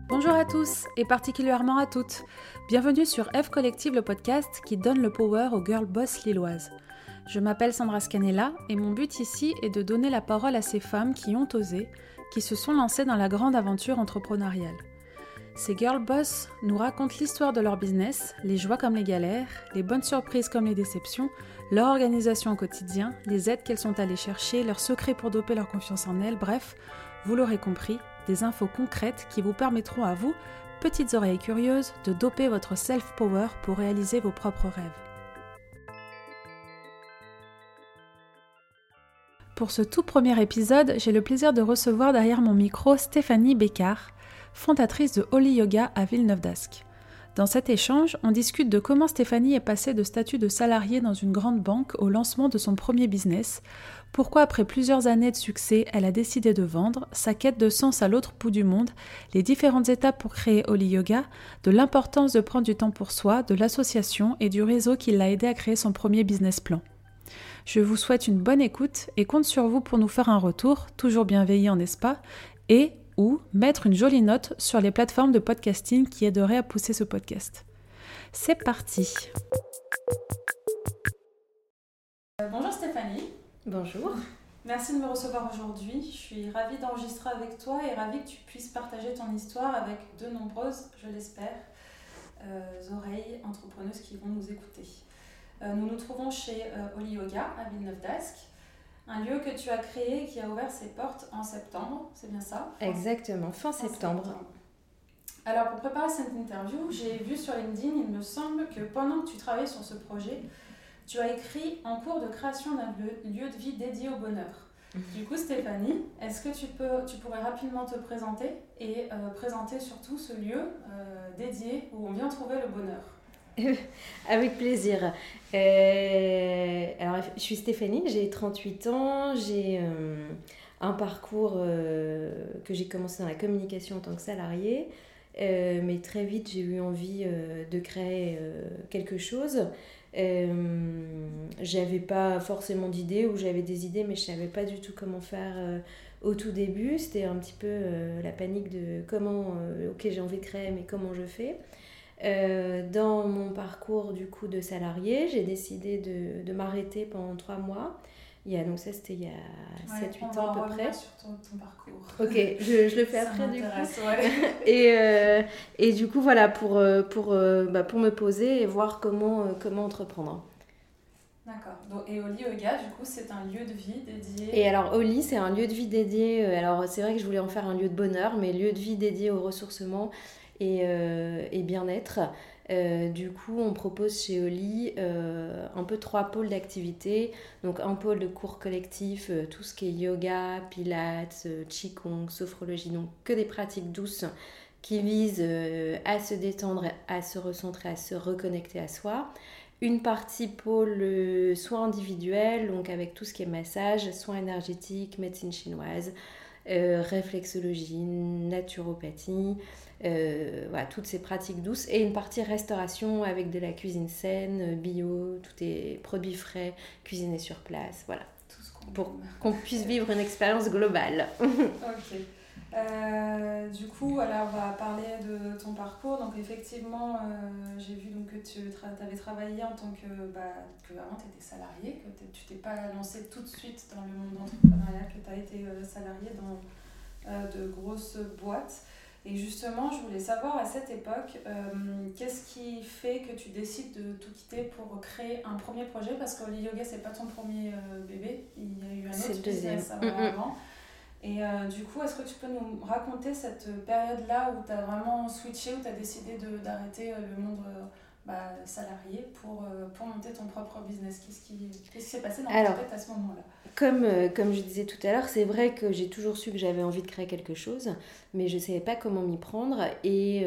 Bonjour à tous et particulièrement à toutes. Bienvenue sur F Collective, le podcast qui donne le power aux girl boss lilloises. Je m'appelle Sandra Scanella et mon but ici est de donner la parole à ces femmes qui ont osé, qui se sont lancées dans la grande aventure entrepreneuriale. Ces girl boss nous racontent l'histoire de leur business, les joies comme les galères, les bonnes surprises comme les déceptions, leur organisation au quotidien, les aides qu'elles sont allées chercher, leurs secrets pour doper leur confiance en elles, bref, vous l'aurez compris, des infos concrètes qui vous permettront à vous, petites oreilles curieuses, de doper votre self-power pour réaliser vos propres rêves. Pour ce tout premier épisode, j'ai le plaisir de recevoir derrière mon micro Stéphanie Bécard, fondatrice de Holly Yoga à Villeneuve-d'Ascq. Dans cet échange, on discute de comment Stéphanie est passée de statut de salariée dans une grande banque au lancement de son premier business, pourquoi après plusieurs années de succès, elle a décidé de vendre, sa quête de sens à l'autre bout du monde, les différentes étapes pour créer Holly Yoga, de l'importance de prendre du temps pour soi, de l'association et du réseau qui l'a aidé à créer son premier business plan. Je vous souhaite une bonne écoute et compte sur vous pour nous faire un retour, toujours bienveillant n'est-ce pas, et ou mettre une jolie note sur les plateformes de podcasting qui aideraient à pousser ce podcast. C'est parti. Bonjour Stéphanie. Bonjour. Merci de me recevoir aujourd'hui. Je suis ravie d'enregistrer avec toi et ravie que tu puisses partager ton histoire avec de nombreuses, je l'espère, oreilles entrepreneuses qui vont nous écouter. Nous nous trouvons chez Holly Yoga à Villeneuve-d'Ascq, un lieu que tu as créé et qui a ouvert ses portes en septembre, c'est bien ça ? Exactement, fin septembre. Alors pour préparer cette interview, j'ai vu sur LinkedIn, il me semble que pendant que tu travaillais sur ce projet, tu as écrit en cours de création d'un lieu de vie dédié au bonheur. Du coup Stéphanie, est-ce que tu pourrais rapidement te présenter et présenter surtout ce lieu dédié où on vient trouver le bonheur ? Avec plaisir. Alors, je suis Stéphanie, j'ai 38 ans, j'ai un parcours que j'ai commencé dans la communication en tant que salariée, mais très vite j'ai eu envie de créer quelque chose. J'avais pas forcément d'idées, ou j'avais des idées, mais je savais pas du tout comment faire au tout début. C'était un petit peu la panique de comment, ok j'ai envie de créer, mais comment je fais ? Dans mon parcours du coup de salarié, j'ai décidé de m'arrêter pendant 3 mois. Donc ça c'était il y a 7-8 ans à peu près. Sur ton parcours. Ok, je le fais après du coup. Ouais. Et du coup voilà, pour me poser et voir comment entreprendre. D'accord. Donc, et Holly Yoga, du coup, c'est un lieu de vie dédié... Et alors Holly, c'est un lieu de vie dédié, alors c'est vrai que je voulais en faire un lieu de bonheur, mais lieu de vie dédié au ressourcement et bien-être. Du coup, on propose chez Holly un peu 3 pôles d'activité. Donc un pôle de cours collectifs, tout ce qui est yoga, pilates, qigong, sophrologie, donc que des pratiques douces qui visent à se détendre, à se recentrer, à se reconnecter à soi. Une partie pôle soins individuels, donc avec tout ce qui est massage, soins énergétiques, médecine chinoise, réflexologie, naturopathie, voilà, toutes ces pratiques douces. Et une partie restauration avec de la cuisine saine, bio, tout est produits frais, cuisinés sur place, voilà. Tout ce pour qu'on puisse vivre une expérience globale. Ok. Du coup, alors, on va parler de ton parcours. Donc, effectivement, j'ai vu donc, que tu avais travaillé en tant que avant, tu étais salarié, que tu t'es pas lancé tout de suite dans le monde entrepreneurial, que tu as été salarié dans de grosses boîtes. Et justement, je voulais savoir à cette époque, qu'est-ce qui fait que tu décides de tout quitter pour créer un premier projet ? Parce que Holly Yoga, c'est pas ton premier bébé, il y a eu un autre business avant. Et du coup, est-ce que tu peux nous raconter cette période-là où tu as vraiment switché, où tu as décidé d'arrêter le monde salarié pour monter ton propre business ? Qu'est-ce qui s'est passé dans ta tête à ce moment-là ? Comme je disais tout à l'heure, c'est vrai que j'ai toujours su que j'avais envie de créer quelque chose, mais je ne savais pas comment m'y prendre. Et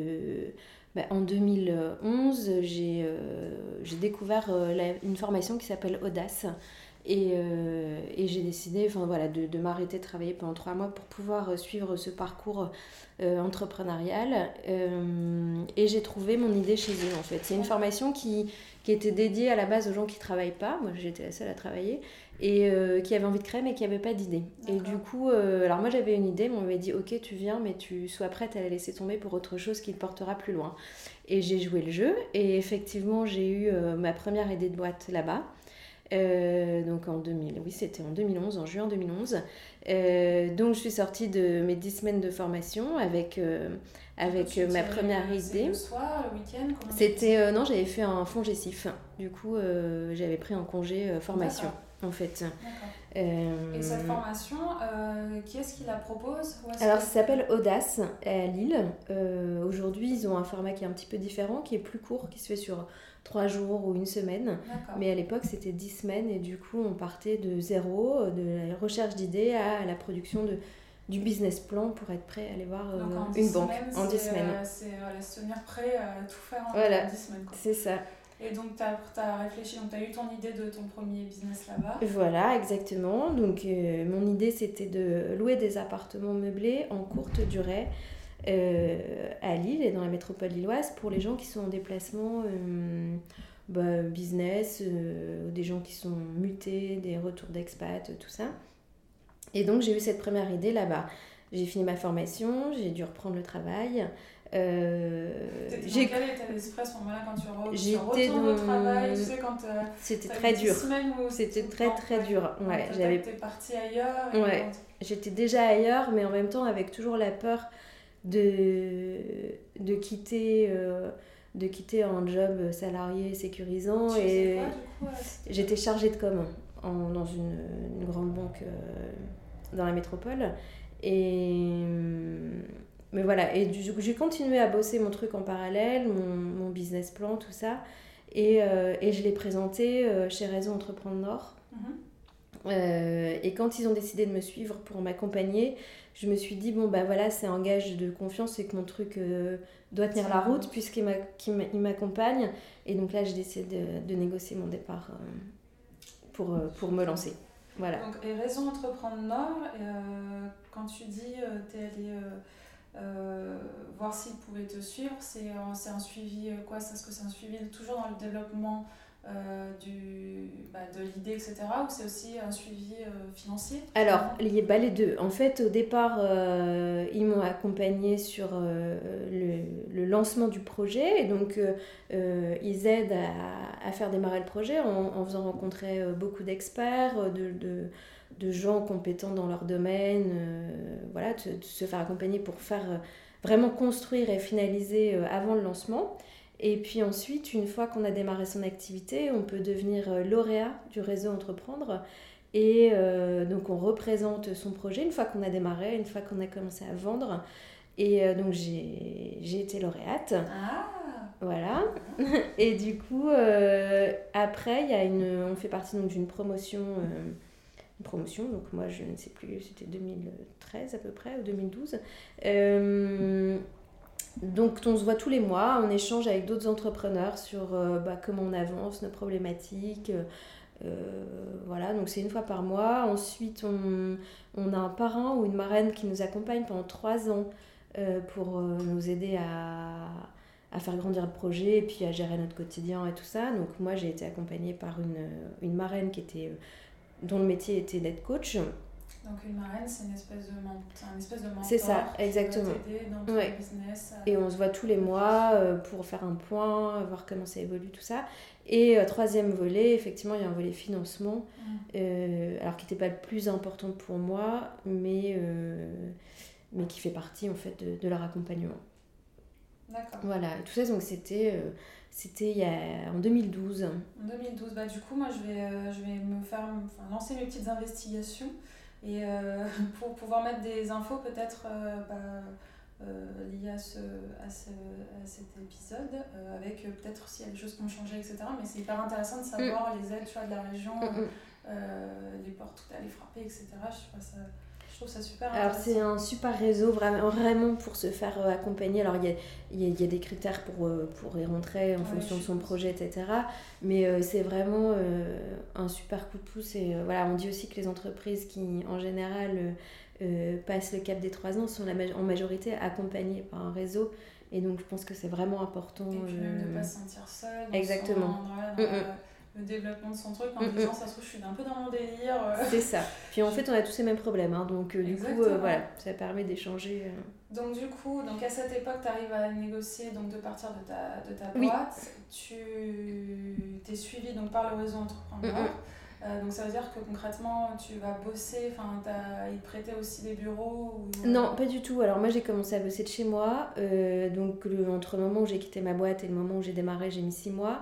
en 2011, j'ai découvert une formation qui s'appelle Audace, Et j'ai décidé de m'arrêter de travailler pendant 3 mois pour pouvoir suivre ce parcours entrepreneurial. Et j'ai trouvé mon idée chez eux en fait. C'est une formation qui était dédiée à la base aux gens qui ne travaillent pas. Moi j'étais la seule à travailler. Et qui avait envie de créer mais qui n'avait pas d'idée. D'accord. Et du coup, alors moi j'avais une idée, mais on m'avait dit ok tu viens mais tu sois prête à la laisser tomber pour autre chose qui te portera plus loin. Et j'ai joué le jeu et effectivement j'ai eu ma première idée de boîte là-bas. Donc c'était en 2011, en juin 2011. Donc je suis sortie de mes 10 semaines de formation avec ma première idée. Le soir, le week-end C'était non, j'avais fait un fonds gessif. Du coup, j'avais pris un congé formation. D'accord. En fait. Et cette formation, qui est-ce qui la propose? Alors ça s'appelle Audace à Lille. Aujourd'hui, ils ont un format qui est un petit peu différent, qui est plus court, qui se fait sur 3 jours ou une semaine. D'accord. Mais à l'époque, c'était 10 semaines et du coup, on partait de zéro, de la recherche d'idées à la production du business plan pour être prêt à aller voir une banque en 10 semaines. C'est se tenir prêt à tout faire en 10 semaines. Quoi. C'est ça. Et donc, tu as réfléchi, donc tu as eu ton idée de ton premier business là-bas. Voilà, exactement. Donc, mon idée, c'était de louer des appartements meublés en courte durée à Lille et dans la métropole lilloise pour les gens qui sont en déplacement business, des gens qui sont mutés, des retours d'expat, tout ça. Et donc, j'ai eu cette première idée là-bas. J'ai fini ma formation, j'ai dû reprendre le travail. T'étais dans quel état d'esprit à ce moment-là quand tu retournes au travail, tu sais, quand c'était très dur. C'était très dur. Ouais, t'es partie ailleurs. Ouais, j'étais déjà ailleurs, mais en même temps avec toujours la peur de quitter un job salarié sécurisant. Tu faisais quoi, du coup, j'étais chargée de com dans une grande banque dans la métropole. Mais voilà, et du coup j'ai continué à bosser mon truc en parallèle, mon business plan, tout ça, et je l'ai présenté chez Réseau Entreprendre Nord. Et quand ils ont décidé de me suivre pour m'accompagner, je me suis dit c'est un gage de confiance et que mon truc doit tenir la route puisqu'il m'accompagne. Et donc là j'ai décidé de négocier mon départ pour me lancer. Voilà. Donc, et Réseau Entreprendre Nord, quand tu dis t'es allée voir s'ils pouvaient te suivre, c'est un suivi quoi? Est-ce que c'est un suivi toujours dans le développement de l'idée, etc. ou c'est aussi un suivi financier? Alors, les deux. En fait, au départ, ils m'ont accompagnée sur le lancement du projet. Et donc, ils aident à faire démarrer le projet en faisant rencontrer beaucoup d'experts, de gens compétents dans leur domaine. De se faire accompagner pour faire vraiment construire et finaliser avant le lancement. Et puis ensuite, une fois qu'on a démarré son activité, on peut devenir lauréat du réseau Entreprendre. Et donc on représente son projet une fois qu'on a démarré, une fois qu'on a commencé à vendre. Et donc j'ai été lauréate. Ah. Voilà. Et du coup, après, on fait partie donc, d'une promotion. Donc moi je ne sais plus, c'était 2013 à peu près, ou 2012. Donc on se voit tous les mois, on échange avec d'autres entrepreneurs sur comment on avance, nos problématiques. Voilà, donc c'est une fois par mois. Ensuite on a un parrain ou une marraine qui nous accompagne pendant 3 ans pour nous aider à faire grandir le projet et puis à gérer notre quotidien et tout ça. Donc moi j'ai été accompagnée par une marraine dont le métier était d'être coach. Donc une marraine, c'est un espèce de mentor. C'est ça, exactement. Qui va t'aider dans ton business. Et on se voit tous les mois pour faire un point, voir comment ça évolue, tout ça. Et troisième volet, effectivement, il y a un volet financement, alors qui n'était pas le plus important pour moi, mais qui fait partie en fait de leur accompagnement. D'accord. Voilà, et tout ça, donc c'était en 2012. En 2012, du coup, moi je vais lancer mes petites investigations et pour pouvoir mettre des infos peut-être liées à cet épisode, avec peut-être s'il y a des choses qui ont changé, etc. Mais c'est hyper intéressant de savoir les aides de la région, les portes où tu allais frapper, etc. Je sais pas ça. Je trouve ça super Alors intéressant. c'est un super réseau vraiment pour se faire accompagner. Alors il y a des critères pour y rentrer en fonction de son projet, etc. Mais c'est vraiment un super coup de pouce. Et voilà, on dit aussi que les entreprises qui en général passent le cap des 3 ans sont en majorité accompagnées par un réseau. Et donc je pense que c'est vraiment important. Et puis même de ne pas se sentir seul Exactement. Le développement de son truc en disant ça se trouve je suis un peu dans mon délire. C'est ça. Puis en fait on a tous les mêmes problèmes, hein, donc du coup voilà, ça permet d'échanger. Donc du coup, donc à cette époque, tu arrives à négocier donc de partir de ta boîte. Tu t'es suivi donc par le réseau entrepreneur. Donc ça veut dire que concrètement tu vas bosser, ils te prêtaient aussi des bureaux ou... Non, pas du tout. Alors moi j'ai commencé à bosser de chez moi, donc entre le moment où j'ai quitté ma boîte et le moment où j'ai démarré, j'ai mis 6 mois,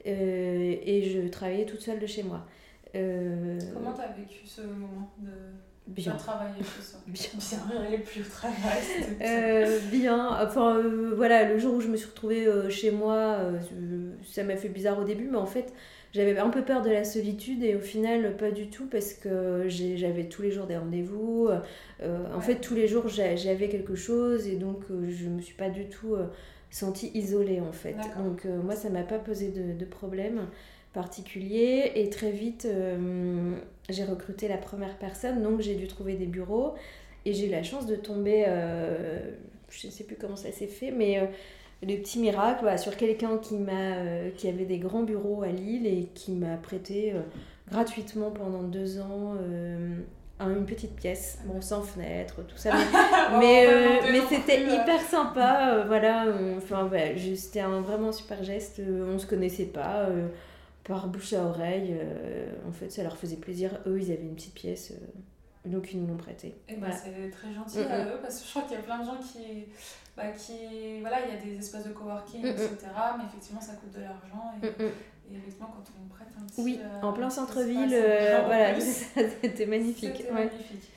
et je travaillais toute seule de chez moi. Comment tu as vécu ce moment de bien travailler chez soi? Bien aller plus au travail. Bien, enfin voilà, le jour où je me suis retrouvée chez moi, ça m'a fait bizarre au début, mais en fait j'avais un peu peur de la solitude et au final pas du tout parce que j'avais tous les jours des rendez-vous. En fait tous les jours j'avais quelque chose et donc je me suis pas du tout sentie isolée en fait. D'accord. Donc moi ça m'a pas posé de problème particulier et très vite j'ai recruté la première personne, donc j'ai dû trouver des bureaux et j'ai eu la chance de tomber, je ne sais plus comment ça s'est fait, mais le petit miracle sur quelqu'un qui avait des grands bureaux à Lille et qui m'a prêté gratuitement pendant 2 ans une petite pièce, bon, sans fenêtre, tout ça, mais c'était hyper sympa, voilà, c'était vraiment super geste, on se connaissait pas, par bouche à oreille, en fait ça leur faisait plaisir, eux ils avaient une petite pièce, donc ils nous l'ont prêté. Et voilà. C'est très gentil à eux parce que je crois qu'il y a plein de gens qui voilà, il y a des espaces de coworking, etc. Mais effectivement ça coûte de l'argent et effectivement quand on prête un petit... Oui, en plein centre-ville, voilà, c'était magnifique. C'était magnifique.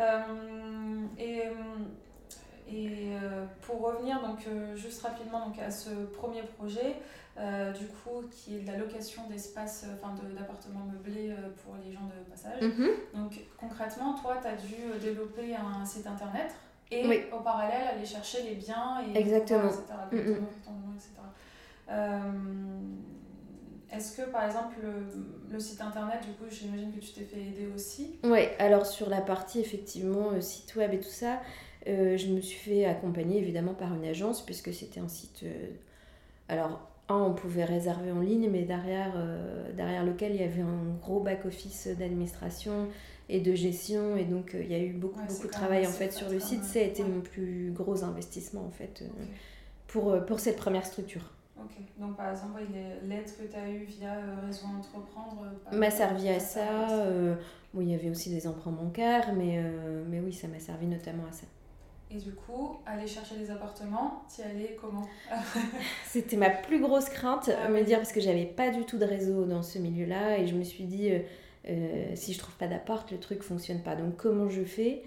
Pour revenir donc, juste rapidement donc, à ce premier projet, du coup, qui est de la location d'espaces, d'appartements meublés pour les gens de passage. Donc concrètement, toi, tu as dû développer un site internet et au parallèle aller chercher les biens et exactement. etc. Est-ce que par exemple le site internet, du coup j'imagine que tu t'es fait aider aussi? Oui, alors sur la partie effectivement site web et tout ça, je me suis fait accompagner évidemment par une agence puisque c'était un site... alors on pouvait réserver en ligne, mais derrière lequel il y avait un gros back-office d'administration et de gestion, et donc il y a eu beaucoup de travail en fait sur le site. Ça a été mon plus gros investissement en fait pour cette première structure. Ok, donc par exemple, l'aide que tu as eue via Réseau Entreprendre m'a servi à ça. Il y avait aussi des emprunts bancaires, mais oui, ça m'a servi notamment à ça. Et du coup, aller chercher des appartements, t'y allais comment? C'était ma plus grosse crainte, me dire, parce que j'avais pas du tout de réseau dans ce milieu-là, et je me suis dit, si je trouve pas d'appart, le truc fonctionne pas. Donc comment je fais?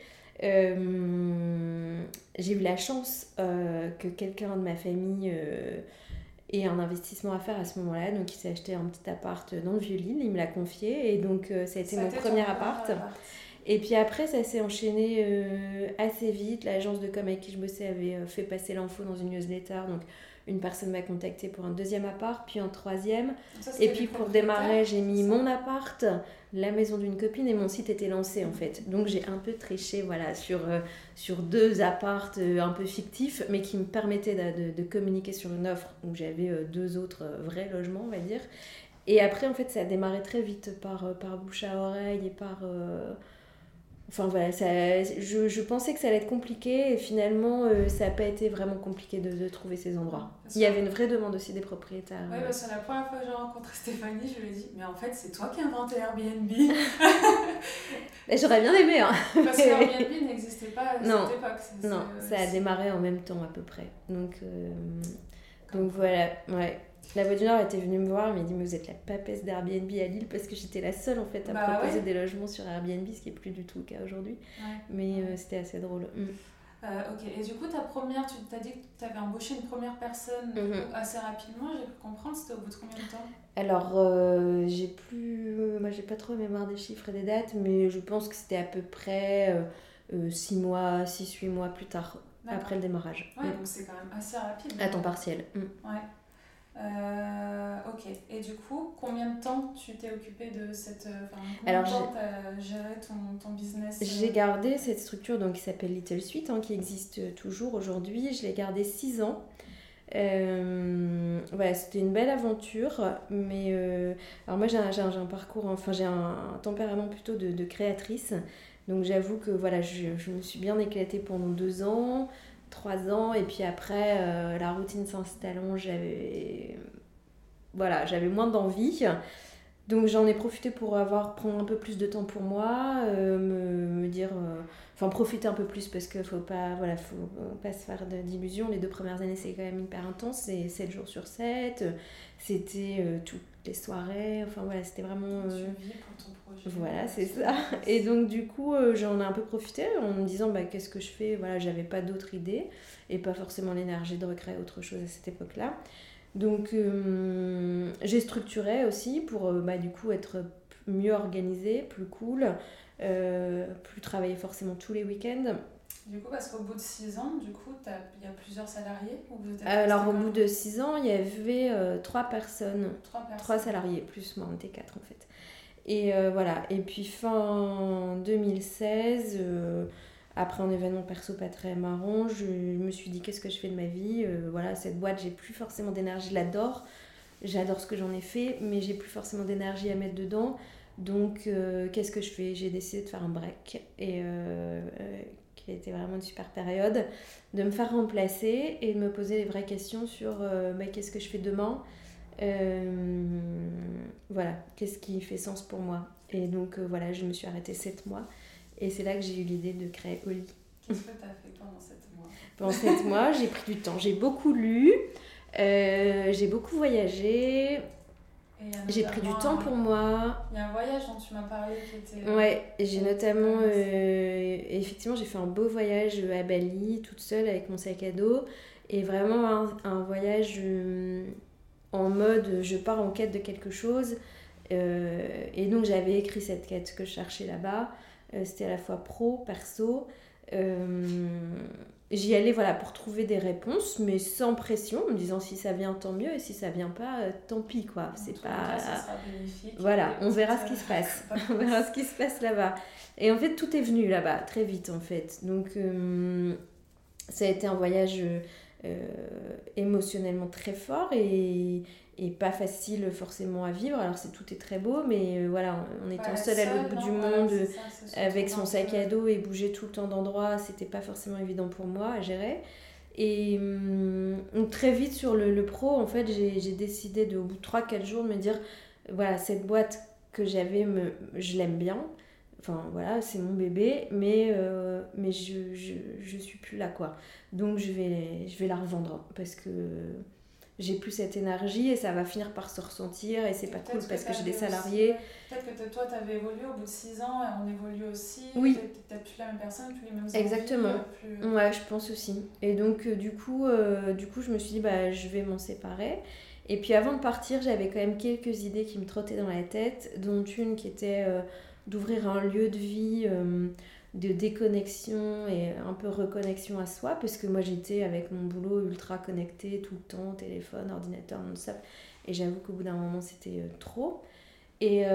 J'ai eu la chance que quelqu'un de ma famille ait un investissement à faire à ce moment-là, donc il s'est acheté un petit appart dans le Vieux-Lille, il me l'a confié, et donc ça a été mon premier appart. Et puis après, ça s'est enchaîné assez vite. L'agence de com avec qui je bossais avait fait passer l'info dans une newsletter. Donc, une personne m'a contactée pour un deuxième appart, puis un troisième. Et puis, pour démarrer, j'ai mis mon appart, la maison d'une copine, et mon site était lancé, en fait. Donc, j'ai un peu triché, voilà, sur 2 apparts un peu fictifs, mais qui me permettaient de communiquer sur une offre où j'avais 2 autres vrais logements, on va dire. Et après, en fait, ça a démarré très vite par bouche à oreille et par... Enfin voilà, je pensais que ça allait être compliqué et finalement ça n'a pas été vraiment compliqué de trouver ces endroits. Il y avait une vraie demande aussi des propriétaires. Oui, parce que la première fois que j'ai rencontré Stéphanie, je lui ai dit mais en fait c'est toi qui as inventé Airbnb. J'aurais bien aimé. Parce que Airbnb n'existait pas à cette époque. Non, ça a démarré en même temps à peu près. Donc voilà, ouais. La Voix du Nord était venue me voir, elle m'a dit mais vous êtes la papesse d'Airbnb à Lille, parce que j'étais la seule en fait à proposer des logements sur Airbnb, ce qui est plus du tout le cas aujourd'hui. Mais c'était assez drôle. Ok, et du coup ta première, tu t'as dit que tu avais embauché une première personne assez rapidement, j'ai pu comprendre, c'était au bout de combien de temps? Alors moi j'ai pas trop mémoire des chiffres et des dates, mais je pense que c'était à peu près 6 mois, 6-8 mois plus tard, après le démarrage. Ouais, donc c'est quand même assez rapide. À temps partiel. Ouais. Ok. Et du coup, combien de temps tu t'es occupée de cette... combien de temps t'as géré ton business J'ai gardé cette structure donc, qui s'appelle Little Sweet, qui existe toujours aujourd'hui. Je l'ai gardée 6 ans. Voilà, c'était une belle aventure, mais alors moi j'ai un parcours, enfin j'ai un tempérament plutôt de créatrice, donc j'avoue que voilà, je me suis bien éclatée pendant 2 ans, 3 ans, et puis après la routine s'installant, j'avais moins d'envie. Donc j'en ai profité pour prendre un peu plus de temps pour moi, me dire, enfin profiter un peu plus parce qu'il faut pas se faire d'illusions. Les 2 premières années c'est quand même hyper intense, c'est 7 jours sur 7, c'était toutes les soirées, enfin voilà, c'était vraiment... Tu vis pour ton projet. Voilà, c'est ça. Et donc du coup j'en ai un peu profité en me disant qu'est-ce que je fais, voilà, j'avais pas d'autres idées et pas forcément l'énergie de recréer autre chose à cette époque-là. Donc j'ai structuré aussi pour du coup être mieux organisée, plus cool, plus travailler forcément tous les week-ends. Du coup, parce qu'au bout de 6 ans, du coup, il y a plusieurs salariés ou vous êtes alors au bout de 6 ans, il y avait 3 personnes, 3 salariés, plus moi, on était 4 en fait. Et voilà, et puis fin 2016... après un événement perso pas très marrant, je me suis dit qu'est-ce que je fais de ma vie, voilà, cette boîte, j'ai plus forcément d'énergie, j'adore ce que j'en ai fait, mais j'ai plus forcément d'énergie à mettre dedans, donc qu'est-ce que je fais? J'ai décidé de faire un break, et qui a été vraiment une super période, de me faire remplacer et de me poser les vraies questions sur qu'est-ce que je fais demain, voilà, qu'est-ce qui fait sens pour moi. Et donc voilà, je me suis arrêtée 7 mois. Et c'est là que j'ai eu l'idée de créer Oli. Qu'est-ce que tu as fait pendant 7 mois? Pendant 7 mois, j'ai pris du temps. J'ai beaucoup lu, j'ai beaucoup voyagé, j'ai pris du temps pour moi. Il y a un voyage dont tu m'as parlé qui était... Ouais, j'ai notamment... effectivement, j'ai fait un beau voyage à Bali, toute seule, avec mon sac à dos. Et vraiment un voyage en mode, je pars en quête de quelque chose. Et donc, j'avais écrit cette quête que je cherchais là-bas. C'était à la fois pro, perso. J'y allais pour trouver des réponses, mais sans pression, en me disant si ça vient tant mieux et si ça vient pas, tant pis quoi. C'est pas... ça sera bénéfique. Voilà, on verra ce qui se passe. On verra ce qui se passe là-bas. Et en fait, tout est venu là-bas, très vite en fait. Donc, ça a été un voyage émotionnellement très fort et pas facile forcément à vivre. Alors tout est très beau, mais voilà, en étant seule à l'autre bout du monde, avec son sac à dos et bouger tout le temps d'endroit, c'était pas forcément évident pour moi à gérer. Et très vite sur le pro, en fait, j'ai décidé au bout de 3-4 jours de me dire, voilà, cette boîte que j'avais, je l'aime bien. Enfin voilà, c'est mon bébé, mais je suis plus là quoi. Donc je vais la revendre parce que j'ai plus cette énergie et ça va finir par se ressentir et c'est pas cool parce que j'ai des salariés. Peut-être que toi t'avais évolué au bout de 6 ans et on évolue aussi. Oui. Peut-être plus la même personne, plus les mêmes envies. Exactement. Ouais, je pense aussi. Et donc du coup je me suis dit je vais m'en séparer. Et puis avant de partir, j'avais quand même quelques idées qui me trottaient dans la tête, dont une qui était d'ouvrir un lieu de vie de déconnexion et un peu reconnexion à soi, parce que moi j'étais avec mon boulot ultra connectée tout le temps, téléphone, ordinateur, non-stop, et j'avoue qu'au bout d'un moment c'était trop. Et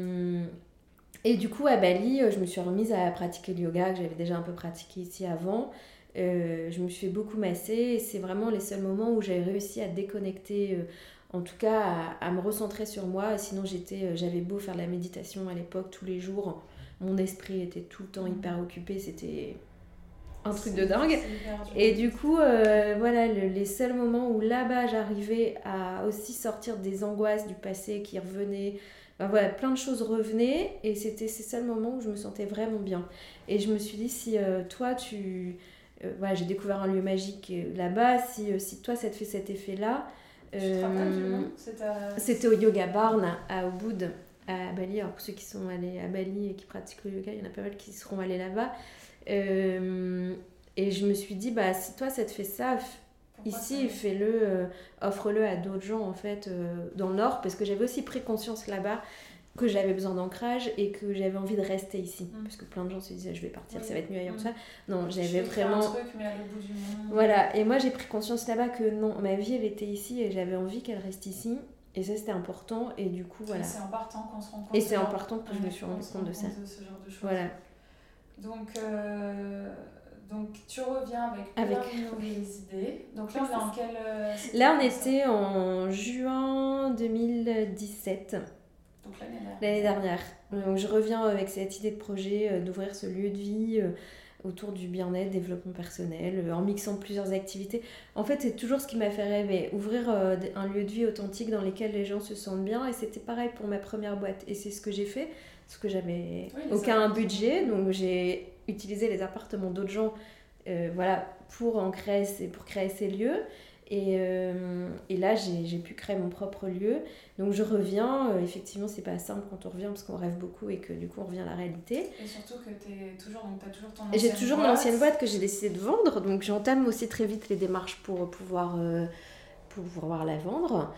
du coup à Bali, je me suis remise à pratiquer le yoga que j'avais déjà un peu pratiqué ici avant. Je me suis fait beaucoup masser et c'est vraiment les seuls moments où j'avais réussi à déconnecter, en tout cas à me recentrer sur moi. Sinon j'avais beau faire de la méditation à l'époque tous les jours, mon esprit était tout le temps hyper occupé, c'était un truc de dingue. Et du coup voilà, les seuls moments où là-bas j'arrivais à aussi sortir des angoisses du passé qui revenaient, voilà, plein de choses revenaient et c'était ces seuls moments où je me sentais vraiment bien. Et je me suis dit, si toi voilà, j'ai découvert un lieu magique là-bas, si toi ça te fait cet effet-là. Tu te rappelles du nom? C'était au Yoga Barn à Ubud, à Bali. Alors pour ceux qui sont allés à Bali et qui pratiquent le yoga, il y en a pas mal qui seront allés là-bas. Et je me suis dit, si toi ça te fait ça, ici fais-le, offre-le à d'autres gens en fait dans le Nord, parce que j'avais aussi pris conscience là-bas que j'avais besoin d'ancrage et que j'avais envie de rester ici. Parce que plein de gens se disaient je vais partir, ça va être mieux ailleurs, tout ça. Non, j'avais vraiment... un truc, mais à l'autre bout du monde. Voilà, et moi j'ai pris conscience là-bas que non, ma vie elle était ici et j'avais envie qu'elle reste ici. Et ça c'était important et du coup voilà. Et c'est important qu'on se rend compte. Et c'est important que je me suis rendu compte de ça. De ce genre de choses. Voilà. Donc tu reviens avec plein de nouvelles idées. Donc là on est en quelle... Là on était en juin 2017. Donc l'année dernière. Donc je reviens avec cette idée de projet d'ouvrir ce lieu de vie autour du bien-être, développement personnel, en mixant plusieurs activités. En fait, c'est toujours ce qui m'a fait rêver, ouvrir un lieu de vie authentique dans lequel les gens se sentent bien. Et c'était pareil pour ma première boîte. Et c'est ce que j'ai fait, parce que j'avais aucun budget. Donc j'ai utilisé les appartements d'autres gens pour créer ces lieux. Et là, j'ai pu créer mon propre lieu. Donc je reviens, effectivement, c'est pas simple quand on revient parce qu'on rêve beaucoup et que du coup on revient à la réalité. Et surtout que t'as toujours ton ancienne boîte. J'ai toujours mon ancienne boîte que j'ai décidé de vendre, donc j'entame aussi très vite les démarches pour pouvoir la vendre.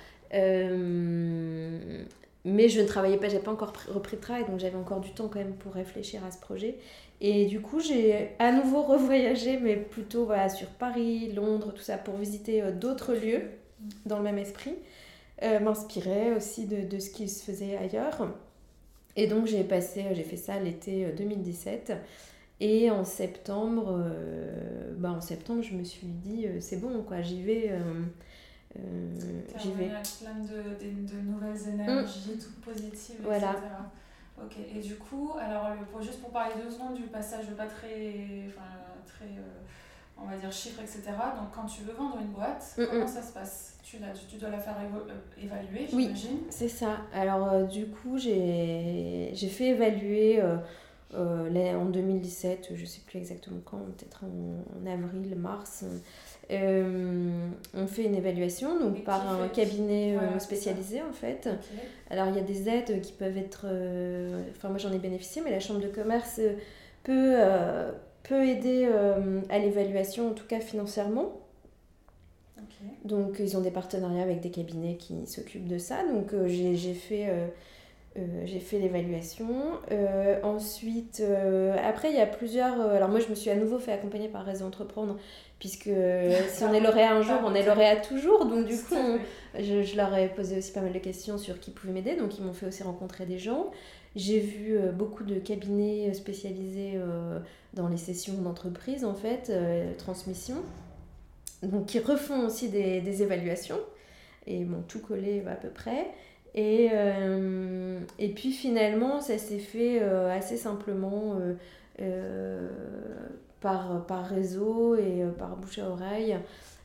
Mais je ne travaillais pas, j'avais pas encore repris de travail, donc j'avais encore du temps quand même pour réfléchir à ce projet. Et du coup, j'ai à nouveau revoyagé, mais plutôt sur Paris, Londres, tout ça, pour visiter d'autres lieux dans le même esprit. M'inspirer aussi de ce qui se faisait ailleurs. Et donc, j'ai fait ça l'été 2017. Et en septembre, je me suis dit, c'est bon, quoi, j'y vais. J'y vais. Plein de nouvelles énergies, toutes positives, voilà. etc. Ok, et du coup, alors juste pour parler 2 secondes du passage pas très on va dire chiffres, etc. Donc quand tu veux vendre une boîte, comment ça se passe ? Tu dois la faire évaluer, j'imagine. Oui, c'est ça. Alors du coup, j'ai fait évaluer en 2017, je sais plus exactement quand, peut-être en avril, mars. On fait une évaluation donc par un cabinet spécialisé en fait. Okay. Alors il y a des aides qui peuvent être... moi j'en ai bénéficié, mais la chambre de commerce peut aider à l'évaluation, en tout cas financièrement. Okay. Donc ils ont des partenariats avec des cabinets qui s'occupent de ça. Donc j'ai fait l'évaluation. Ensuite, après il y a plusieurs... alors moi je me suis à nouveau fait accompagner par Réseau Entreprendre, puisque si on est lauréat un jour, on est lauréat toujours. Donc du coup, je leur ai posé aussi pas mal de questions sur qui pouvait m'aider. Donc ils m'ont fait aussi rencontrer des gens. J'ai vu beaucoup de cabinets spécialisés dans les sessions d'entreprise, en fait, transmission. Donc qui refont aussi des évaluations. Et m'ont tout collé à peu près. Et puis finalement, ça s'est fait assez simplement par réseau et par bouche à oreille.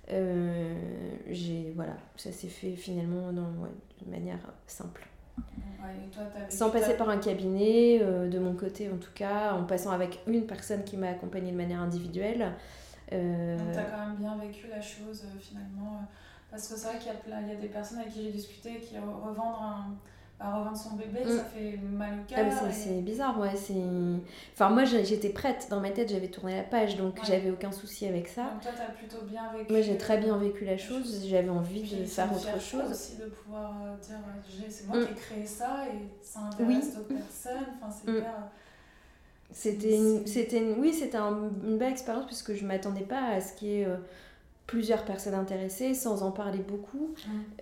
Ça s'est fait finalement de manière simple. Sans passer par un cabinet, de mon côté en tout cas, en passant avec une personne qui m'a accompagnée de manière individuelle. Donc tu as quand même bien vécu la chose finalement. Parce que c'est vrai qu'il y a des personnes avec qui j'ai discuté qui revendre son bébé, ça fait mal au cœur. C'est bizarre, ouais. Enfin, moi j'étais prête, dans ma tête j'avais tourné la page, donc j'avais aucun souci avec ça. Donc toi t'as plutôt bien vécu. Moi j'ai très bien vécu la chose, j'avais envie de faire autre chose. Aussi de pouvoir dire c'est moi qui ai créé ça et ça intéresse d'autres personnes. Enfin, c'est hyper. C'était une belle expérience puisque je m'attendais pas à ce qu'il y ait plusieurs personnes intéressées sans en parler beaucoup.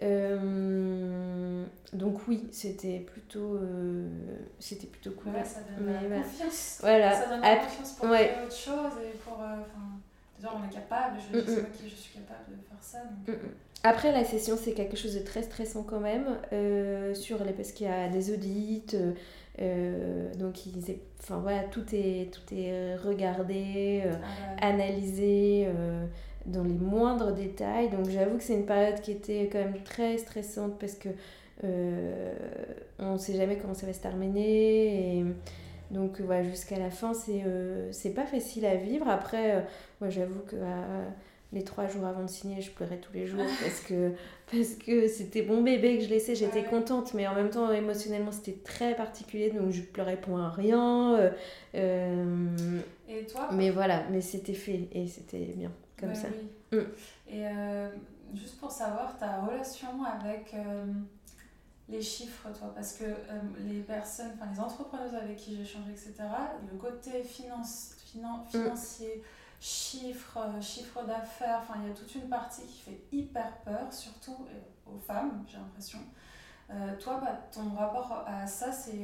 Donc oui, c'était plutôt cool. Ouais, ça donne confiance. Voilà. Ça donne confiance pour créer autre chose et pour dire on est capable, je suis capable de faire ça. Donc... Après la session c'est quelque chose de très stressant quand même parce qu'il y a des audits. Donc tout est regardé, analysé dans les moindres détails. Donc j'avoue que c'est une période qui était quand même très stressante parce que on ne sait jamais comment ça va se terminer. Et donc jusqu'à la fin c'est pas facile à vivre. Après moi j'avoue que les 3 jours avant de signer, je pleurais tous les jours parce que c'était mon bébé que je laissais, j'étais contente, mais en même temps, émotionnellement, c'était très particulier, donc je pleurais pour un rien. Et toi ? Mais voilà, mais c'était fait et c'était bien, comme ça. Oui. Et juste pour savoir, ta relation avec les chiffres, toi? Parce que les personnes, enfin les entrepreneuses avec qui j'ai échangé, etc., le côté financier, chiffre d'affaires, enfin il y a toute une partie qui fait hyper peur, surtout aux femmes, j'ai l'impression. Toi, bah, ton rapport à ça, c'est...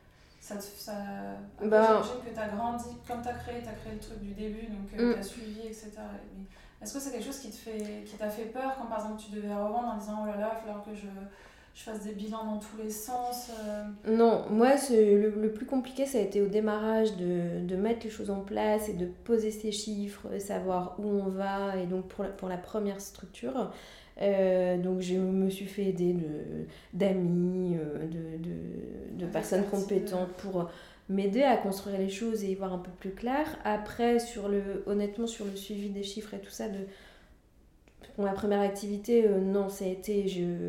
Après, j'imagine que tu as grandi, comme tu as créé le truc du début, donc tu as suivi, etc. Mais est-ce que c'est quelque chose qui t'a fait peur quand par exemple tu devais revendre en disant oh là là, il va falloir que je fasse des bilans dans tous les sens Non, moi, le plus compliqué, ça a été au démarrage de mettre les choses en place et de poser ses chiffres, savoir où on va. Et donc, pour la première structure, donc je me suis fait aider d'amis, de personnes compétentes pour m'aider à construire les choses et y voir un peu plus clair. Après, honnêtement, sur le suivi des chiffres et tout ça, pour ma première activité, non, ça a été...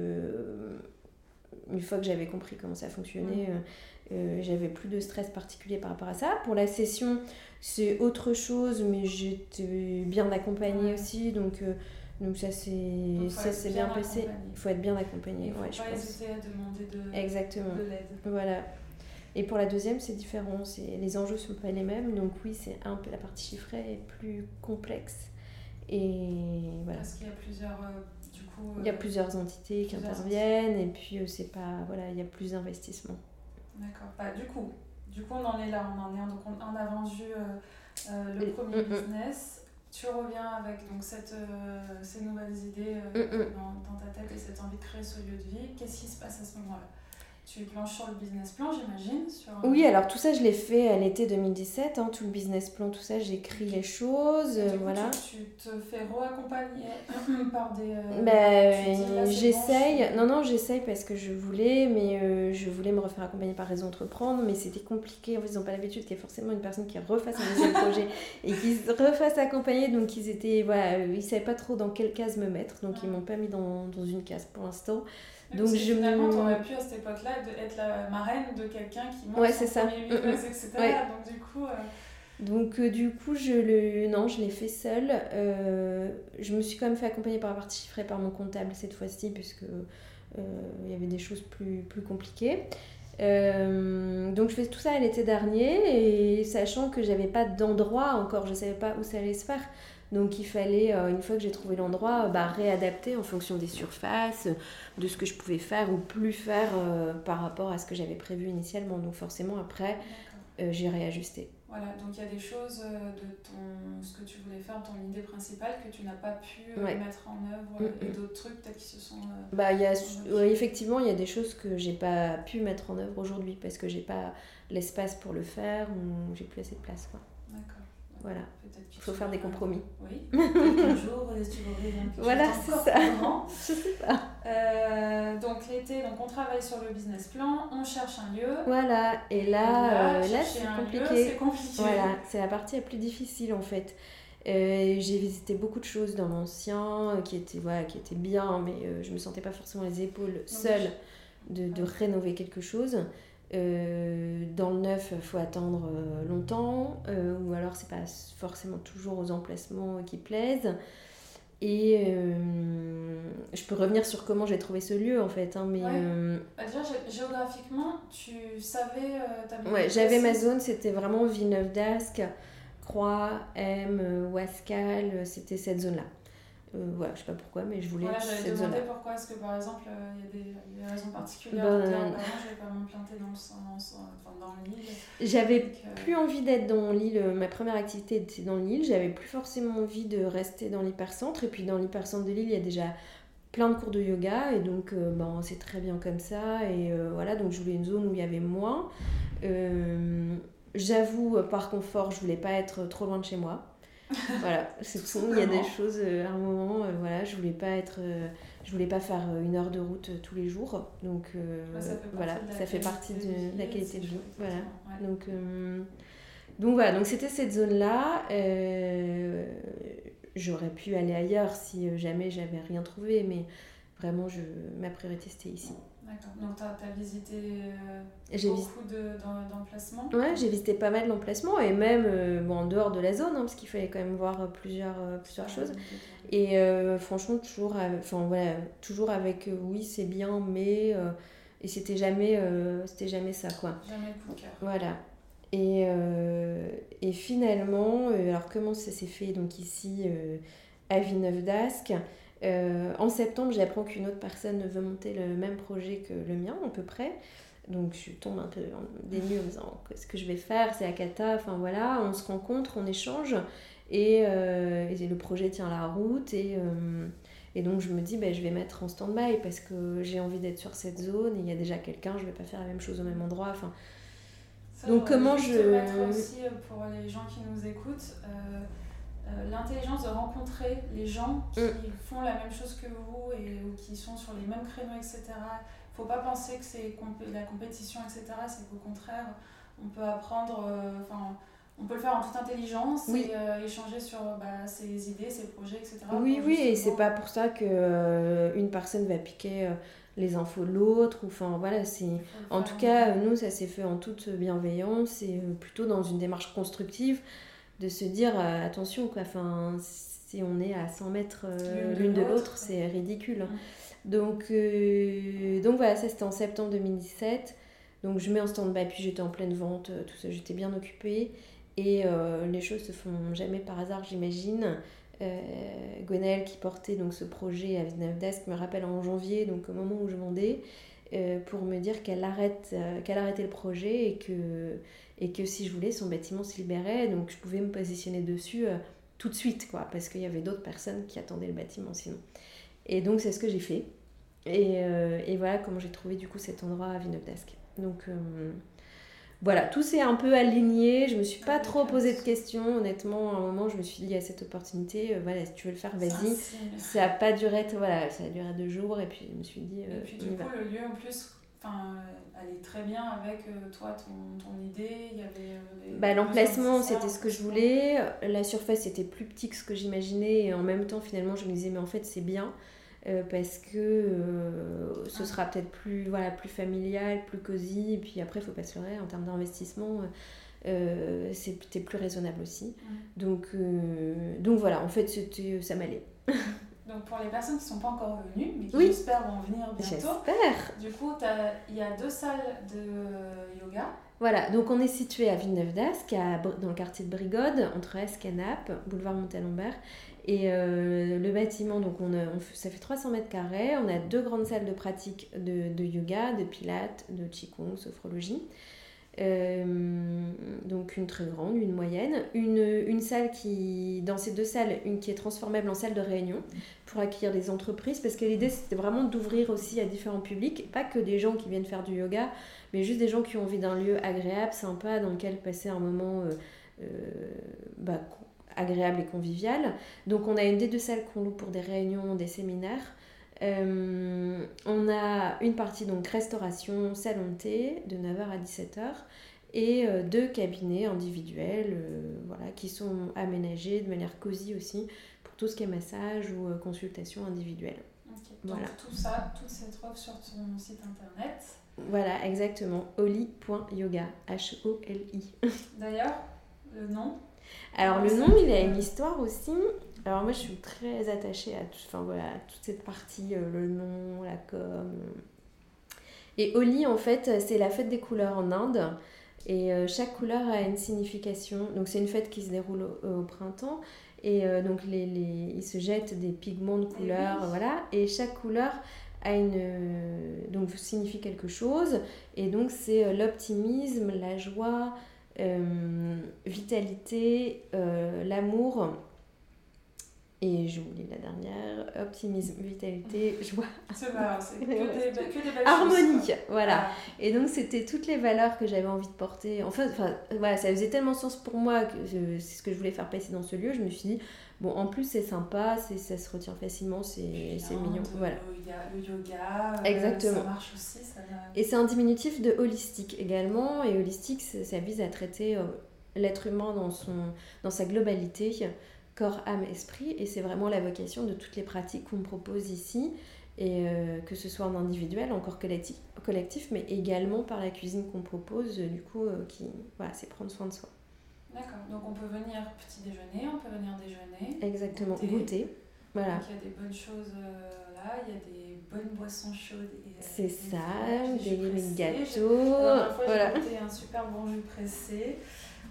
Une fois que j'avais compris comment ça fonctionnait, j'avais plus de stress particulier par rapport à ça. Pour la session, c'est autre chose, mais j'étais bien accompagnée aussi, donc ça s'est bien passé. Il faut être bien accompagné. Il ne faut pas hésiter à demander Exactement. de l'aide. Voilà. Et pour la deuxième, c'est différent. Les enjeux ne sont pas les mêmes, donc oui, c'est un peu la partie chiffrée est plus complexe. Et voilà. Parce qu'il y a plusieurs... il y a plusieurs entités qui interviennent et puis c'est pas voilà, il y a plus d'investissement. D'accord. Bah, du coup on en est là, donc on a vendu le premier business. Tu reviens avec donc ces nouvelles idées dans ta tête et cette envie de créer ce lieu de vie. Qu'est-ce qui se passe à ce moment-là? Tu planches sur le business plan, j'imagine Oui, alors tout ça, je l'ai fait à l'été 2017, tout le business plan, tout ça, j'écris les choses, voilà. Tu te fais re-accompagner par des... j'essaye, j'essaye parce que je voulais me refaire accompagner par Réseau Entreprendre, mais c'était compliqué, en fait, ils n'ont pas l'habitude qu'il y ait forcément une personne qui refasse un deuxième projet et qui se refasse accompagner, donc ils ne savaient pas trop dans quelle case me mettre, donc ils ne m'ont pas mis dans une case pour l'instant. Donc finalement, tu aurais pu à cette époque-là être la marraine de quelqu'un qui monte son premier business, etc. Ouais. Donc du coup, je l'ai fait seule. Je me suis quand même fait accompagner par la partie chiffrée par mon comptable cette fois-ci, puisque il y avait des choses plus compliquées. Donc je fais tout ça à l'été dernier, et sachant que j'avais pas d'endroit encore, je savais pas où ça allait se faire. Donc il fallait, une fois que j'ai trouvé l'endroit, réadapter en fonction des surfaces, de ce que je pouvais faire ou plus faire par rapport à ce que j'avais prévu initialement. Donc forcément après, j'ai réajusté. Voilà, donc il y a des choses de ce que tu voulais faire, ton idée principale, que tu n'as pas pu mettre en œuvre, et d'autres trucs peut-être qui se sont... effectivement, il y a des choses que j'ai pas pu mettre en œuvre aujourd'hui parce que j'ai pas l'espace pour le faire ou j'ai plus assez de place, quoi. D'accord. Voilà, il faut faire des compromis. Oui, quelques jours, tu vas ouvrir quelque voilà, c'est ça. Je sais pas. Donc l'été, on travaille sur le business plan, on cherche un lieu. Voilà, et là c'est compliqué. Voilà, c'est la partie la plus difficile en fait. J'ai visité beaucoup de choses dans l'ancien qui étaient bien, mais je me sentais pas forcément les épaules seule de rénover quelque chose. Dans le neuf, il faut attendre longtemps, ou alors c'est pas forcément toujours aux emplacements qui plaisent. Et je peux revenir sur comment j'ai trouvé ce lieu en fait. Déjà, géographiquement, tu savais... j'avais ma zone, c'était vraiment Villeneuve d'Ascq, Croix, M, Ouascal, c'était cette zone-là. Voilà, je sais pas pourquoi, mais je voulais cette zone-là. J'avais demandé pourquoi, est-ce que par exemple, il y a des raisons particulières de dire, moi je vais pas m'implanter dans l'île. J'avais plus envie d'être dans l'île, ma première activité était dans l'île, j'avais plus forcément envie de rester dans l'hypercentre, et puis dans l'hypercentre de l'île, il y a déjà plein de cours de yoga, et donc c'est très bien comme ça, et voilà, donc je voulais une zone où il y avait moins. J'avoue, par confort, je voulais pas être trop loin de chez moi. Voilà, c'est tout. Il y a des choses à un moment, je voulais pas faire 1 heure de route tous les jours, donc ça fait partie de la qualité de vie. Voilà. Donc c'était cette zone là. J'aurais pu aller ailleurs si jamais j'avais rien trouvé, mais vraiment ma priorité c'était ici. D'accord, donc tu as visité beaucoup d'emplacements? Ouais, j'ai visité pas mal d'emplacements, et même en dehors de la zone, parce qu'il fallait quand même voir plusieurs choses. Et franchement, toujours avec oui, c'est bien, mais Et c'était jamais ça, quoi. Jamais le coup de cœur. Voilà. Et finalement, alors comment ça s'est fait donc ici à Villeneuve-d'Ascq en septembre, j'apprends qu'une autre personne veut monter le même projet que le mien, à peu près. Donc je tombe un peu en dénu en me disant qu'est-ce que je vais faire, c'est à Cata, enfin voilà, on se rencontre, on échange et le projet tient la route et donc je me dis je vais mettre en stand-by parce que j'ai envie d'être sur cette zone, il y a déjà quelqu'un, je vais pas faire la même chose au même endroit, enfin. Ça, Donc comment juste mettre aussi pour les gens qui nous écoutent l'intelligence de rencontrer les gens qui font la même chose que vous ou qui sont sur les mêmes créneaux, etc. Faut pas penser que c'est la compétition, etc. C'est qu'au contraire, on peut apprendre, on peut le faire en toute intelligence et échanger sur ses idées, ses projets, etc. Oui, et c'est pas pour ça que une personne va piquer les infos de l'autre. Voilà, en tout cas, nous, ça s'est fait en toute bienveillance et plutôt dans une démarche constructive de se dire attention, quoi, si on est à 100 mètres l'une de l'autre, c'est ridicule. Donc voilà, ça c'était en septembre 2017. Donc je mets en stand-by, puis j'étais en pleine vente, tout ça, j'étais bien occupée. Et les choses se font jamais par hasard, j'imagine. Gwenaëlle qui portait donc ce projet à Villeneuve-d'Ascq me rappelle en janvier, donc au moment où je vendais, pour me dire qu'elle arrêtait le projet et que si je voulais, son bâtiment se libérait, donc je pouvais me positionner dessus tout de suite, quoi, parce qu'il y avait d'autres personnes qui attendaient le bâtiment sinon. Et donc c'est ce que j'ai fait. Et voilà comment j'ai trouvé du coup cet endroit à Villeneuve-d'Ascq. Donc voilà, tout s'est un peu aligné, je me suis pas trop posé de questions, honnêtement, à un moment je me suis dit, il y a cette opportunité, voilà, si tu veux le faire, vas-y. Ça a pas duré, voilà, ça a duré 2 jours, et puis je me suis dit, et puis du coup, le lieu en plus, allait très bien avec toi, ton idée, il y avait... l'emplacement, c'était ce que je voulais, la surface était plus petite que ce que j'imaginais, et en même temps, finalement, je me disais, mais en fait, c'est bien, parce que ce sera peut-être plus familial, plus cosy, et puis après il faut pas se leurrer en termes d'investissement, c'était plus raisonnable aussi. Donc voilà, en fait ça m'allait. Donc pour les personnes qui ne sont pas encore venues, mais qui j'espère vont venir bientôt, j'espère. Du coup il y a 2 salles de yoga. Voilà, donc on est situé à Villeneuve-d'Ascq, dans le quartier de Brigode, entre Ascq et Naples, boulevard Montalembert. Et le bâtiment, donc ça fait 300 mètres carrés. On a 2 grandes salles de pratique de yoga, de pilates, de qigong, sophrologie. Donc une très grande, une moyenne. Une salle dans ces 2 salles, une qui est transformable en salle de réunion pour accueillir des entreprises. Parce que l'idée, c'était vraiment d'ouvrir aussi à différents publics. Pas que des gens qui viennent faire du yoga, mais juste des gens qui ont envie d'un lieu agréable, sympa, dans lequel passer un moment agréable et convivial. Donc on a une des 2 salles qu'on loue pour des réunions, des séminaires. On a une partie donc restauration, salon de thé de 9h à 17h et 2 cabinets individuels qui sont aménagés de manière cosy aussi pour tout ce qui est massage ou consultation individuelle. Okay. Voilà. Donc tout ça, toutes ces offres sur ton site internet. Voilà, exactement. Holi.yoga, H-O-L-I. D'ailleurs, le nom. Alors le nom, il a une histoire aussi. Alors moi, je suis très attachée à toute cette partie, le nom, la com. Et Holi, en fait, c'est la fête des couleurs en Inde. Et chaque couleur a une signification. Donc c'est une fête qui se déroule au printemps. Et donc ils se jettent des pigments de couleurs, voilà. Et chaque couleur donc signifie quelque chose. Et donc c'est l'optimisme, la joie, vitalité, l'amour. Et j'ai oublié la dernière, optimisme, vitalité, joie. C'est marrant, c'est que des belles harmonie, choses, voilà. Et donc c'était toutes les valeurs que j'avais envie de porter. Voilà, ça faisait tellement sens pour moi que c'est ce que je voulais faire passer dans ce lieu. Je me suis dit, bon, en plus c'est sympa, ça se retient facilement, c'est mignon. Voilà. Le yoga, exactement. Ça marche aussi. Et c'est un diminutif de holistique également. Et holistique, ça vise à traiter l'être humain dans sa globalité, corps, âme, esprit, et c'est vraiment la vocation de toutes les pratiques qu'on propose ici, et que ce soit en individuel, encore collectif, mais également par la cuisine qu'on propose, du coup, c'est prendre soin de soi. D'accord, donc on peut venir petit déjeuner, on peut venir déjeuner. Exactement, goûter. Voilà. Donc il y a des bonnes choses là, il y a des bonnes boissons chaudes. C'est ça, des jus gâteaux. La dernière fois, Voilà. j'ai goûté un super bon jus pressé.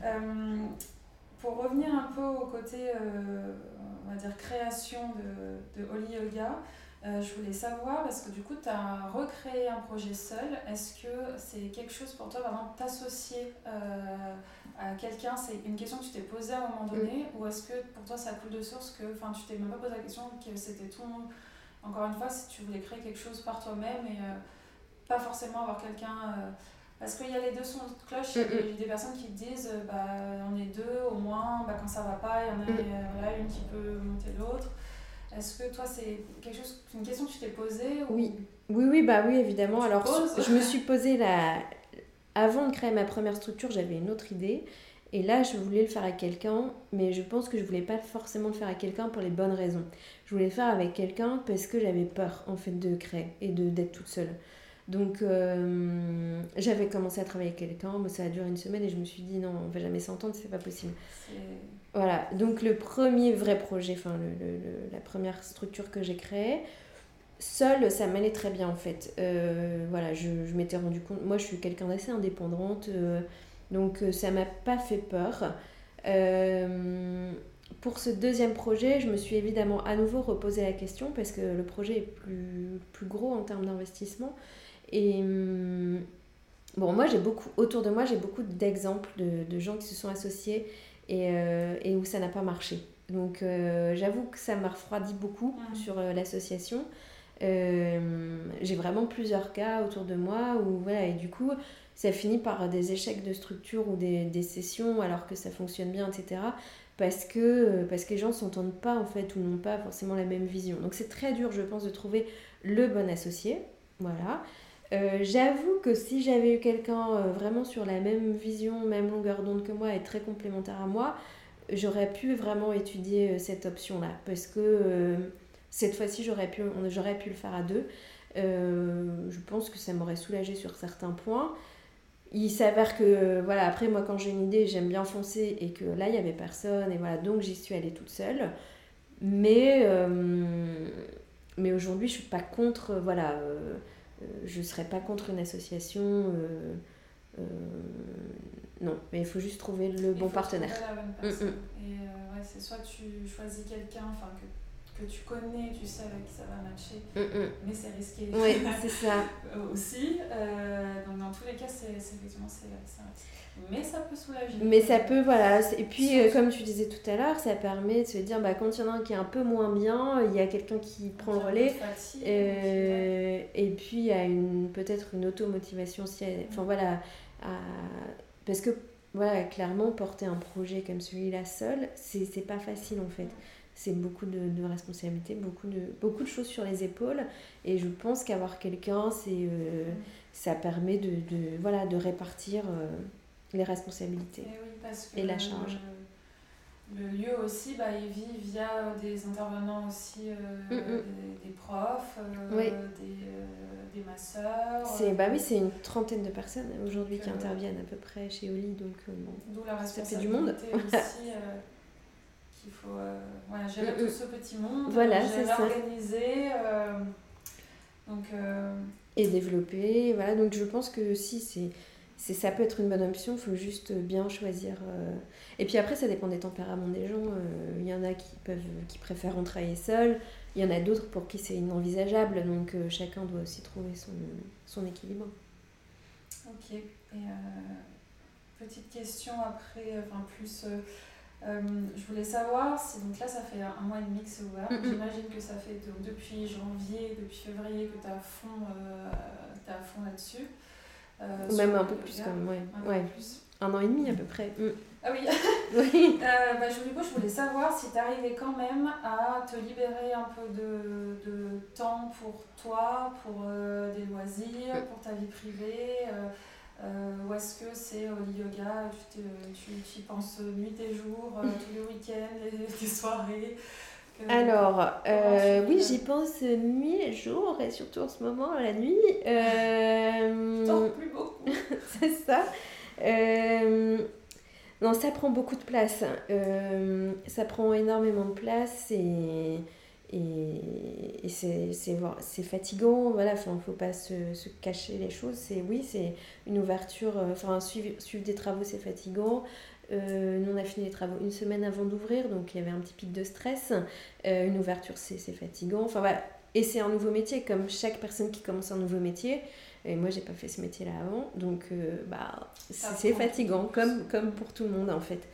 Pour revenir un peu au côté, on va dire, création de Oli Yoga, je voulais savoir, parce que du coup, tu as recréé un projet seul. Est-ce que c'est quelque chose pour toi, par exemple, t'associer à quelqu'un, c'est une question que tu t'es posée à un moment donné, ou est-ce que pour toi, ça coule de source que tu t'es même pas posé la question, que c'était tout, encore une fois, si tu voulais créer quelque chose par toi-même et pas forcément avoir quelqu'un... parce qu'il y a les deux sons de cloche, il y a des personnes qui disent on est deux au moins, quand ça va pas, il y en a une qui peut monter l'autre. Est-ce que toi, c'est une question que tu t'es posée ou... Oui, évidemment. Alors, je me suis posée avant de créer ma première structure, j'avais une autre idée. Et là, je voulais le faire avec quelqu'un, mais je pense que je voulais pas forcément le faire avec quelqu'un pour les bonnes raisons. Je voulais le faire avec quelqu'un parce que j'avais peur, en fait, de créer et d'être toute seule. Donc, j'avais commencé à travailler avec quelqu'un, ça a duré 1 semaine et je me suis dit non, on va jamais s'entendre, c'est pas possible. Voilà, donc le premier vrai projet, la première structure que j'ai créée, seule, ça m'allait très bien en fait. Voilà, je m'étais rendu compte, moi je suis quelqu'un d'assez indépendante, donc ça m'a pas fait peur. Pour ce deuxième projet, je me suis évidemment à nouveau reposé la question parce que le projet est plus gros en termes d'investissement. Et bon, moi autour de moi, j'ai beaucoup d'exemples de gens qui se sont associés et où ça n'a pas marché. Donc j'avoue que ça m'a refroidi beaucoup sur l'association. J'ai vraiment plusieurs cas autour de moi où voilà, et du coup ça finit par des échecs de structure ou des sessions alors que ça fonctionne bien, etc. Parce que les gens ne s'entendent pas en fait ou n'ont pas forcément la même vision. Donc c'est très dur, je pense, de trouver le bon associé. Voilà. J'avoue que si j'avais eu quelqu'un vraiment sur la même vision, même longueur d'onde que moi et très complémentaire à moi, j'aurais pu vraiment étudier cette option-là. Parce que cette fois-ci, j'aurais pu le faire à deux. Je pense que ça m'aurait soulagée sur certains points. Il s'avère que, voilà, après, moi, quand j'ai une idée, j'aime bien foncer et que là, il n'y avait personne. Et voilà, donc j'y suis allée toute seule. Mais aujourd'hui, je ne suis pas contre, voilà... je ne serais pas contre une association. Non, mais il faut juste trouver le bon partenaire. Trouver la bonne personne. Et c'est soit tu choisis quelqu'un que tu connais, tu sais avec qui ça va matcher, mais c'est risqué. Oui, c'est ça. Aussi. Donc dans tous les cas, c'est effectivement c'est risqué. Mais ça peut soulager. Mais ça peut, voilà. Et puis, comme tu disais tout à l'heure, ça permet de se dire, quand il y en a un qui est un peu moins bien, il y a quelqu'un qui prend le relais. Et puis, il y a peut-être une automotivation. Enfin, voilà. Parce que, voilà, clairement, porter un projet comme celui-là seul, c'est pas facile, en fait. C'est beaucoup de responsabilités, beaucoup de choses sur les épaules. Et je pense qu'avoir quelqu'un, ça permet de répartir... les responsabilités et la charge. Le lieu aussi, il vit via des intervenants aussi, des profs, des masseurs. C'est une 30aine de personnes aujourd'hui qui interviennent à peu près chez Oli, donc d'où la ça fait du monde. Aussi, qu'il faut gérer tout ce petit monde, organiser. Et développer. Voilà, donc je pense que si ça peut être une bonne option, il faut juste bien choisir. Et puis après, ça dépend des tempéraments des gens. Il y en a qui préfèrent travailler seul, il y en a d'autres pour qui c'est inenvisageable, donc chacun doit aussi trouver son équilibre. Ok. Et petite question après, je voulais savoir si, donc là ça fait 1 mois et demi que c'est ouvert, j'imagine que ça fait depuis janvier, depuis février que tu es à fond là-dessus. Même un peu plus quand même, ouais. Plus. 1 an et demi à peu près. Ah oui. Oui. Je voulais savoir si tu arrivais quand même à te libérer un peu de temps pour toi, pour des loisirs, pour ta vie privée. Ou est-ce que c'est Oli Yoga, tu y penses nuit et jour, tous les week-ends, les soirées? Alors, oui, j'y pense nuit et jour, et surtout en ce moment, la nuit. Dors plus beaucoup. C'est ça. Non, ça prend beaucoup de place. Ça prend énormément de place Et c'est fatigant, voilà, enfin, faut pas se cacher les choses. C'est une ouverture, suivre des travaux, c'est fatigant. Nous, on a fini les travaux une semaine avant d'ouvrir, donc il y avait un petit pic de stress. Une ouverture, c'est fatigant. Enfin, voilà. Et c'est un nouveau métier, comme chaque personne qui commence un nouveau métier. Et moi, j'ai pas fait ce métier-là avant, donc c'est fatigant, comme pour tout le monde, en fait.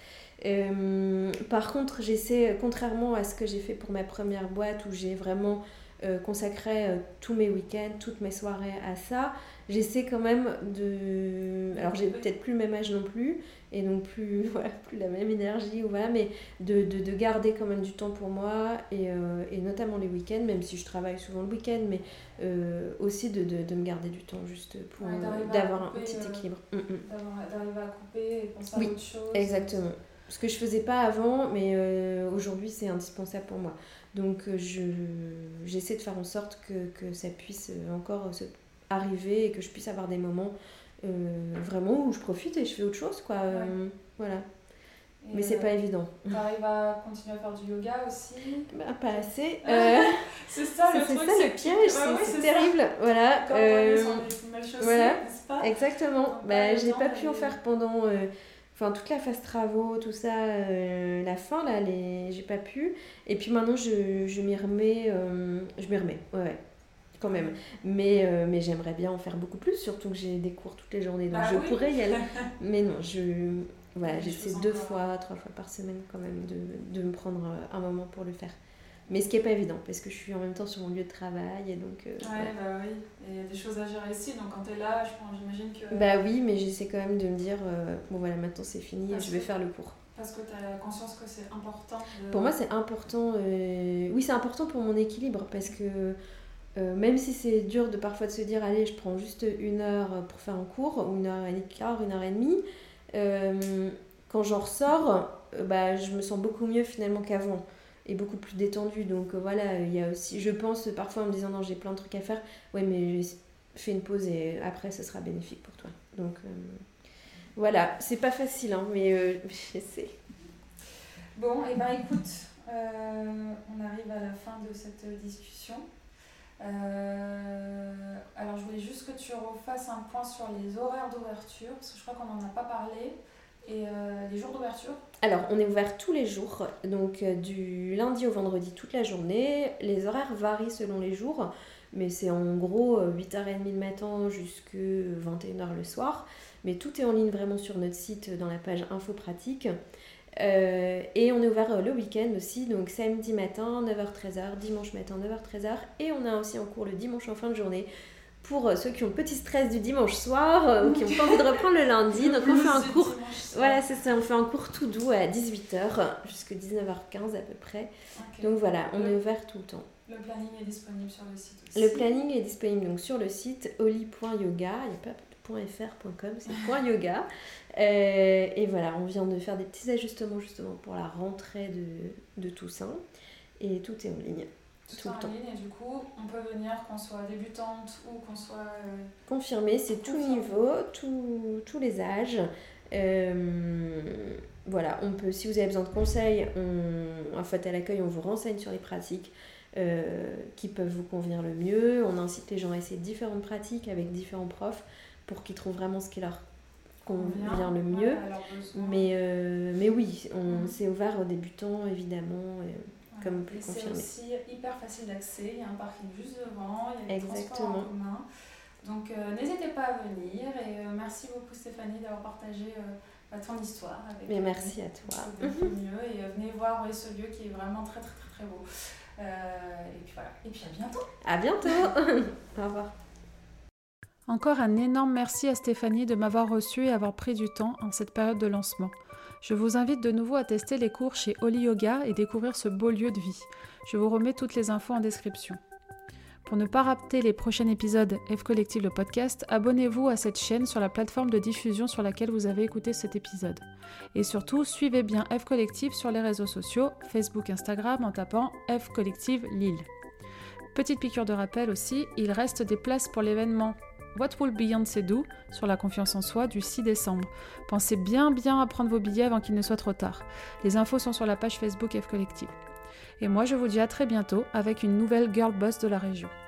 Par contre, j'essaie, contrairement à ce que j'ai fait pour ma première boîte, où j'ai vraiment consacré tous mes week-ends, toutes mes soirées à ça, j'essaie quand même alors j'ai peut-être plus le même âge non plus, et donc plus la même énergie, mais de garder quand même du temps pour moi, et notamment les week-ends, même si je travaille souvent le week-end, mais aussi de me garder du temps juste pour d'avoir un petit équilibre. D'arriver à couper et penser à autre chose. Exactement. Ce que je faisais pas avant, mais aujourd'hui c'est indispensable pour moi. Donc j'essaie de faire en sorte que ça puisse encore arriver et que je puisse avoir des moments vraiment où je profite et je fais autre chose, quoi. Voilà. Mais c'est pas évident. T'arrives à continuer à faire du yoga aussi? Pas assez. C'est ça le piège, c'est terrible. Ça. Voilà. Quand on est mal chaussée, voilà. n'est-ce pas? Exactement. J'ai pas pu en faire pendant... toute la phase travaux, tout ça, la fin, là, j'ai pas pu. Et puis maintenant, je m'y remets. Ouais, quand même. Mais j'aimerais bien en faire beaucoup plus, surtout que j'ai des cours toutes les journées, donc pourrais y aller. Mais non, j'essaie 2 fois, 3 fois par semaine quand même de me prendre un moment pour le faire. Mais ce qui n'est pas évident, parce que je suis en même temps sur mon lieu de travail, et donc... oui, et il y a des choses à gérer ici, donc quand tu es là, j'imagine que... oui, mais j'essaie quand même de me dire, maintenant c'est fini, je vais faire le cours. Parce que tu as conscience que c'est important Pour moi, c'est important, c'est important pour mon équilibre, parce que même si c'est dur parfois de se dire, allez, je prends juste 1 heure pour faire un cours, ou 1h15, 1h30, quand j'en ressors, je me sens beaucoup mieux finalement qu'avant. Et beaucoup plus détendue, donc il y a aussi, je pense parfois en me disant non, j'ai plein de trucs à faire, mais fais une pause et après ce sera bénéfique pour toi, donc c'est pas facile, mais j'essaie. Bon, et écoute, on arrive à la fin de cette discussion. Alors je voulais juste que tu refasses un point sur les horaires d'ouverture, parce que je crois qu'on n'en a pas parlé. Et les jours d'ouverture? Alors, on est ouvert tous les jours, donc du lundi au vendredi toute la journée. Les horaires varient selon les jours, mais c'est en gros 8h30 le matin jusqu'à 21h le soir. Mais tout est en ligne vraiment sur notre site dans la page Info Pratique. Et on est ouvert le week-end aussi, donc samedi matin 9h-13h, dimanche matin 9h-13h. Et on a aussi en cours le dimanche en fin de journée. Pour ceux qui ont le petit stress du dimanche soir ou qui n'ont pas envie de reprendre le lundi, donc on fait un cours. Voilà, c'est ça, on fait un cours tout doux à 18h jusqu'à 19h15 à peu près. Okay. Donc voilà, on est ouvert tout le temps. Le planning est disponible sur le site aussi. Le planning est disponible donc sur le site oli.yoga, il n'y a pas .fr.com, c'est .yoga. Et voilà, on vient de faire des petits ajustements justement pour la rentrée de Toussaint. Et tout est en ligne. Tout en ligne, et du coup, on peut venir qu'on soit débutante ou qu'on soit... confirmé, c'est tout niveau, tous les âges. Voilà, on peut, si vous avez besoin de conseils, à l'accueil, on vous renseigne sur les pratiques qui peuvent vous convenir le mieux. On incite les gens à essayer différentes pratiques avec différents profs pour qu'ils trouvent vraiment ce qui leur convient le mieux. Mais oui, c'est ouvert aux débutants, évidemment. Comme on peut confirmer. C'est aussi hyper facile d'accès, il y a un parking juste devant, il y a des transports en commun. Donc n'hésitez pas à venir, et merci beaucoup Stéphanie d'avoir partagé ton histoire avec nous. Merci à toi. Mieux, et venez voir ce lieu qui est vraiment très très très très beau. Et puis voilà, et puis à bientôt. À bientôt. Au revoir. Encore un énorme merci à Stéphanie de m'avoir reçue et avoir pris du temps en cette période de lancement. Je vous invite de nouveau à tester les cours chez Oli Yoga et découvrir ce beau lieu de vie. Je vous remets toutes les infos en description. Pour ne pas rater les prochains épisodes F Collective le podcast, abonnez-vous à cette chaîne sur la plateforme de diffusion sur laquelle vous avez écouté cet épisode. Et surtout, suivez bien F Collective sur les réseaux sociaux, Facebook, Instagram, en tapant F Collective Lille. Petite piqûre de rappel aussi, il reste des places pour l'événement What Will Beyoncé Do sur la confiance en soi du 6 décembre. Pensez bien à prendre vos billets avant qu'il ne soit trop tard. Les infos sont sur la page Facebook F Collective. Et moi, je vous dis à très bientôt avec une nouvelle Girl Boss de la région.